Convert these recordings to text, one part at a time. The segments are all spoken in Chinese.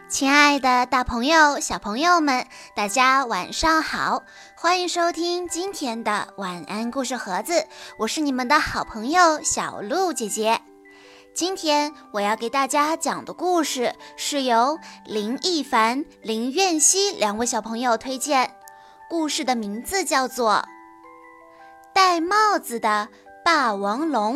亲爱的大朋友、小朋友们，大家晚上好，欢迎收听今天的晚安故事盒子，我是你们的好朋友小鹿姐姐。今天我要给大家讲的故事是由林奕凡、林苑熙两位小朋友推荐，故事的名字叫做《戴帽子的霸王龙》。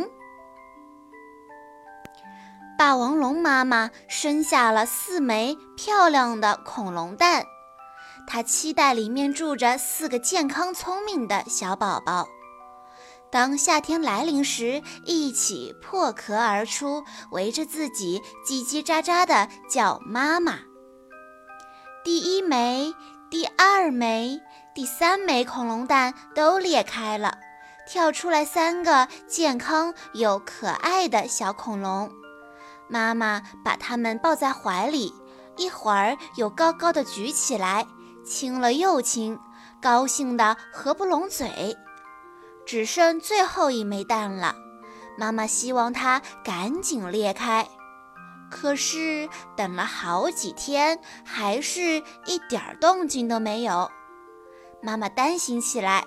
霸王龙妈妈生下了4枚漂亮的恐龙蛋，她期待里面住着4个健康聪明的小宝宝。当夏天来临时，一起破壳而出，围着自己叽叽喳喳地叫妈妈。第1枚、第2枚、第3枚恐龙蛋都裂开了，跳出来3个健康又可爱的小恐龙。妈妈把它们抱在怀里，一会儿又高高的举起来，亲了又亲，高兴得合不拢嘴。只剩最后1枚蛋了，妈妈希望它赶紧裂开。可是等了好几天，还是一点动静都没有。妈妈担心起来，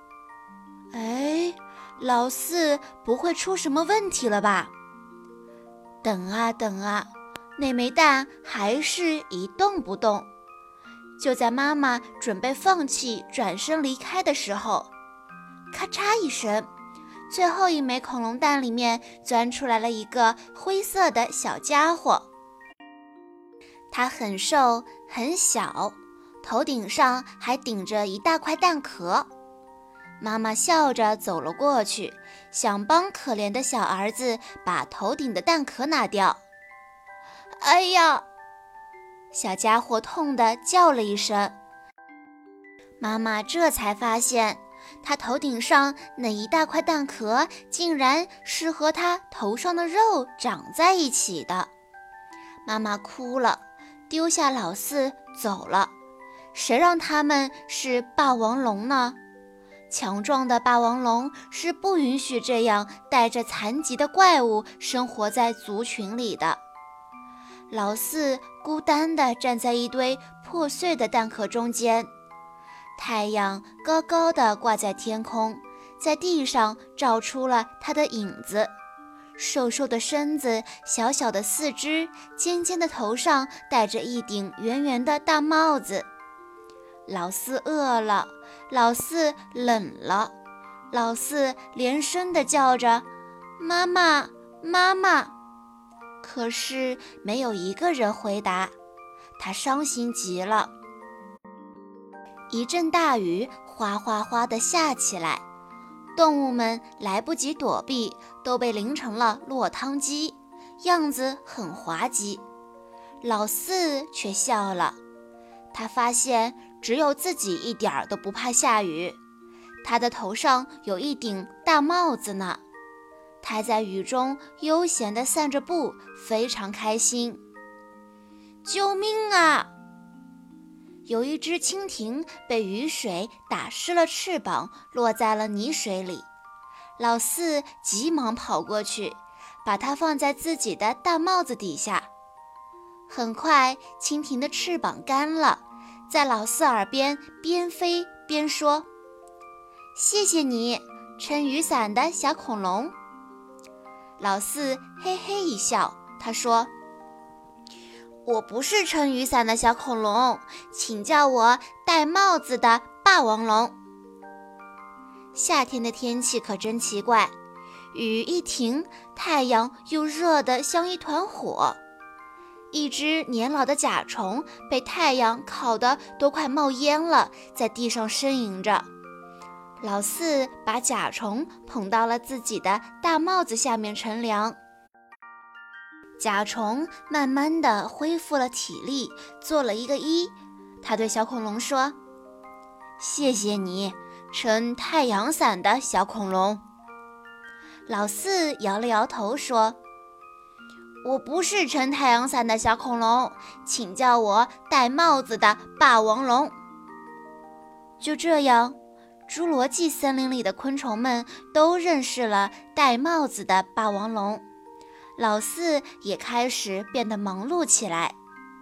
老4不会出什么问题了吧？等啊等啊，那枚蛋还是一动不动。就在妈妈准备放弃转身离开的时候，咔嚓一声，最后1枚恐龙蛋里面钻出来了一个灰色的小家伙。它很瘦很小，头顶上还顶着一大块蛋壳。妈妈笑着走了过去，想帮可怜的小儿子把头顶的蛋壳拿掉。哎呀！小家伙痛地叫了一声。妈妈这才发现，他头顶上那一大块蛋壳竟然是和他头上的肉长在一起的。妈妈哭了，丢下老4走了。谁让他们是霸王龙呢？强壮的霸王龙是不允许这样带着残疾的怪物生活在族群里的。老4孤单地站在一堆破碎的蛋壳中间，太阳高高地挂在天空，在地上照出了他的影子。瘦瘦的身子，小小的4肢，尖尖的头上戴着一顶圆圆的大帽子。老4饿了，老4冷了，老4连声地叫着妈妈妈妈，可是没有一个人回答。他伤心极了。一阵大雨哗哗哗地下起来，动物们来不及躲避，都被淋成了落汤鸡，样子很滑稽。老4却笑了，他发现只有自己一点儿都不怕下雨，他的头上有一顶大帽子呢。他在雨中悠闲地散着步，非常开心。救命啊！有一只蜻蜓被雨水打湿了翅膀，落在了泥水里。老4急忙跑过去，把它放在自己的大帽子底下。很快，蜻蜓的翅膀干了，在老4耳边边飞边说：谢谢你，撑雨伞的小恐龙。老4嘿嘿一笑，他说：我不是撑雨伞的小恐龙，请叫我戴帽子的霸王龙。夏天的天气可真奇怪，雨一停，太阳又热得像一团火。一只年老的甲虫被太阳烤得都快冒烟了，在地上呻吟着。老4把甲虫捧到了自己的大帽子下面乘凉。甲虫慢慢地恢复了体力，做了一个揖。他对小恐龙说：谢谢你，撑太阳伞的小恐龙。老4摇了摇头说：我不是撑太阳伞的小恐龙，请叫我戴帽子的霸王龙。就这样，侏罗纪森林里的昆虫们都认识了戴帽子的霸王龙。老4也开始变得忙碌起来。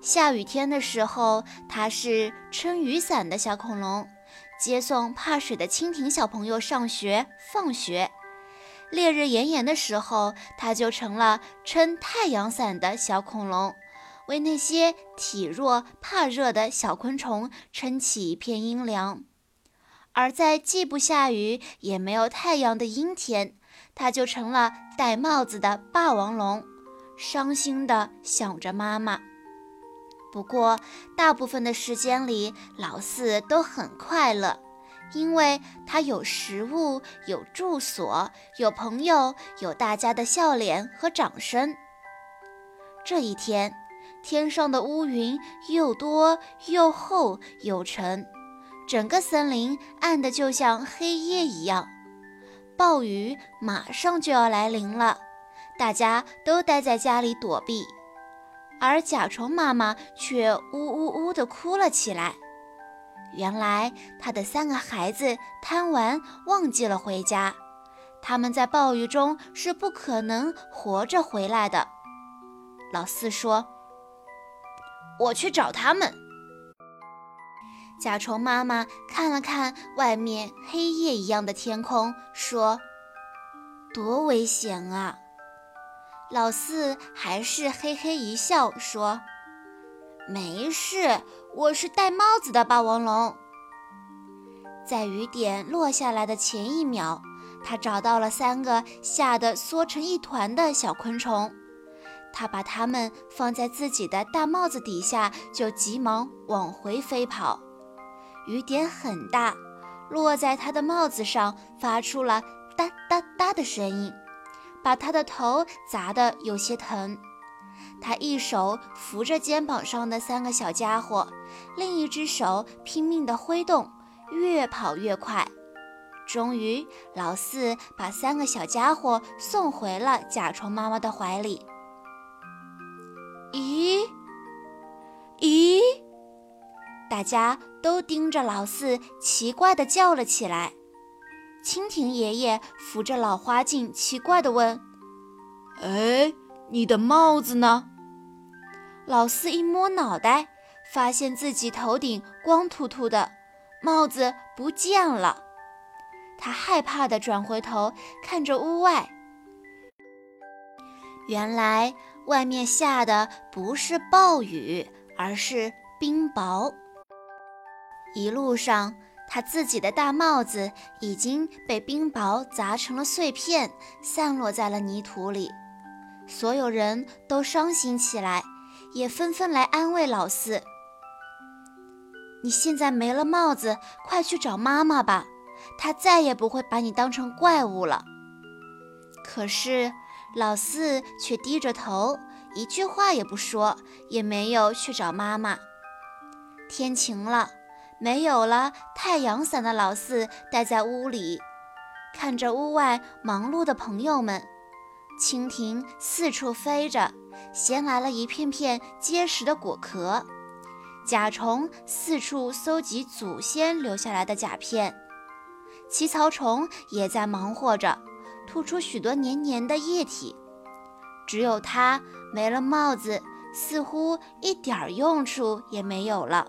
下雨天的时候，它是撑雨伞的小恐龙，接送怕水的蜻蜓小朋友上学放学。烈日炎炎的时候，它就成了撑太阳伞的小恐龙，为那些体弱怕热的小昆虫撑起一片阴凉。而在既不下雨也没有太阳的阴天，它就成了戴帽子的霸王龙，伤心地想着妈妈。不过大部分的时间里，老四都很快乐，因为他有食物，有住所，有朋友，有大家的笑脸和掌声。这一天，天上的乌云又多又厚又沉，整个森林暗得就像黑夜一样。暴雨马上就要来临了，大家都待在家里躲避，而甲虫妈妈却呜呜呜地哭了起来。原来她的3个孩子贪玩忘记了回家，他们在暴雨中是不可能活着回来的。老四说：“我去找他们。”甲虫妈妈看了看外面黑夜一样的天空，说：“多危险啊！”老四还是嘿嘿一笑，说：“没事，我是戴帽子的霸王龙。”在雨点落下来的前一秒，他找到了3个吓得缩成一团的小昆虫，他把它们放在自己的大帽子底下，就急忙往回飞跑。雨点很大，落在他的帽子上，发出了哒哒哒的声音，把他的头砸得有些疼。他一手扶着肩膀上的3个小家伙，另一只手拼命地挥动，越跑越快。终于，老四把3个小家伙送回了甲虫妈妈的怀里。咦？大家都盯着老四，奇怪地叫了起来。蜻蜓爷爷扶着老花镜，奇怪地问：“ 哎，你的帽子呢？” 老四一摸脑袋，发现自己头顶光秃秃的，帽子不见了。他害怕地转回头，看着屋外。原来外面下的不是暴雨，而是冰雹。一路上，他自己的大帽子已经被冰雹砸成了碎片，散落在了泥土里。所有人都伤心起来，也纷纷来安慰老四：“你现在没了帽子，快去找妈妈吧，她再也不会把你当成怪物了。”可是老四却低着头，一句话也不说，也没有去找妈妈。天晴了，没有了太阳伞的老四待在屋里，看着屋外忙碌的朋友们。蜻蜓四处飞着，衔来了一片片结实的果壳。甲虫四处搜集祖先留下来的甲片。奇草虫也在忙活着，吐出许多黏黏的液体。只有它没了帽子，似乎一点用处也没有了。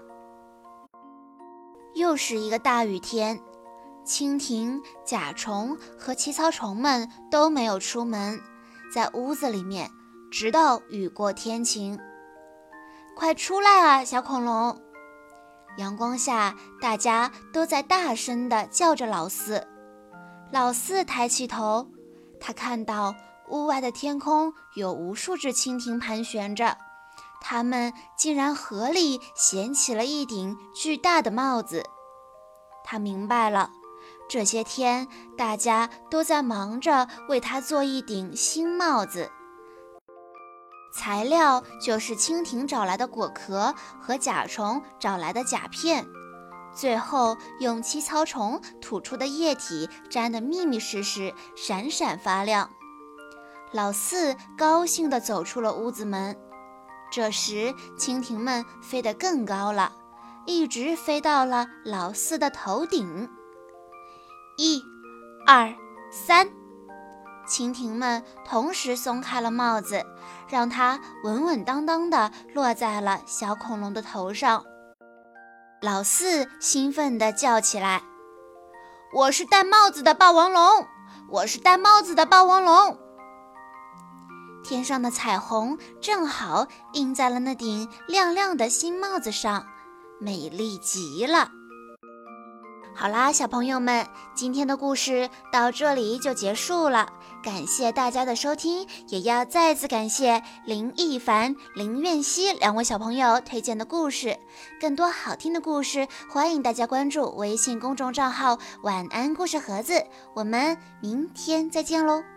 又是一个大雨天，蜻蜓、甲虫和奇草虫们都没有出门，在屋子里面，直到雨过天晴。快出来啊，小恐龙！阳光下，大家都在大声地叫着老四。老四抬起头，他看到屋外的天空有无数只蜻蜓盘旋着，它们竟然合力衔起了一顶巨大的帽子。他明白了，这些天大家都在忙着为他做一顶新帽子。材料就是蜻蜓找来的果壳和甲虫找来的甲片，最后用奇草虫吐出的液体沾得密密实实，闪闪发亮。老四高兴地走出了屋子门。这时蜻蜓们飞得更高了，一直飞到了老四的头顶。1、2、3， 蜻蜓们同时松开了帽子，让它稳稳当当地落在了小恐龙的头上。老四兴奋地叫起来：“我是戴帽子的霸王龙！我是戴帽子的霸王龙！”天上的彩虹正好映在了那顶亮亮的新帽子上，美丽极了。好啦，小朋友们，今天的故事到这里就结束了，感谢大家的收听，也要再次感谢林奕凡、林苑熙两位小朋友推荐的故事。更多好听的故事，欢迎大家关注微信公众账号晚安故事盒子，我们明天再见喽。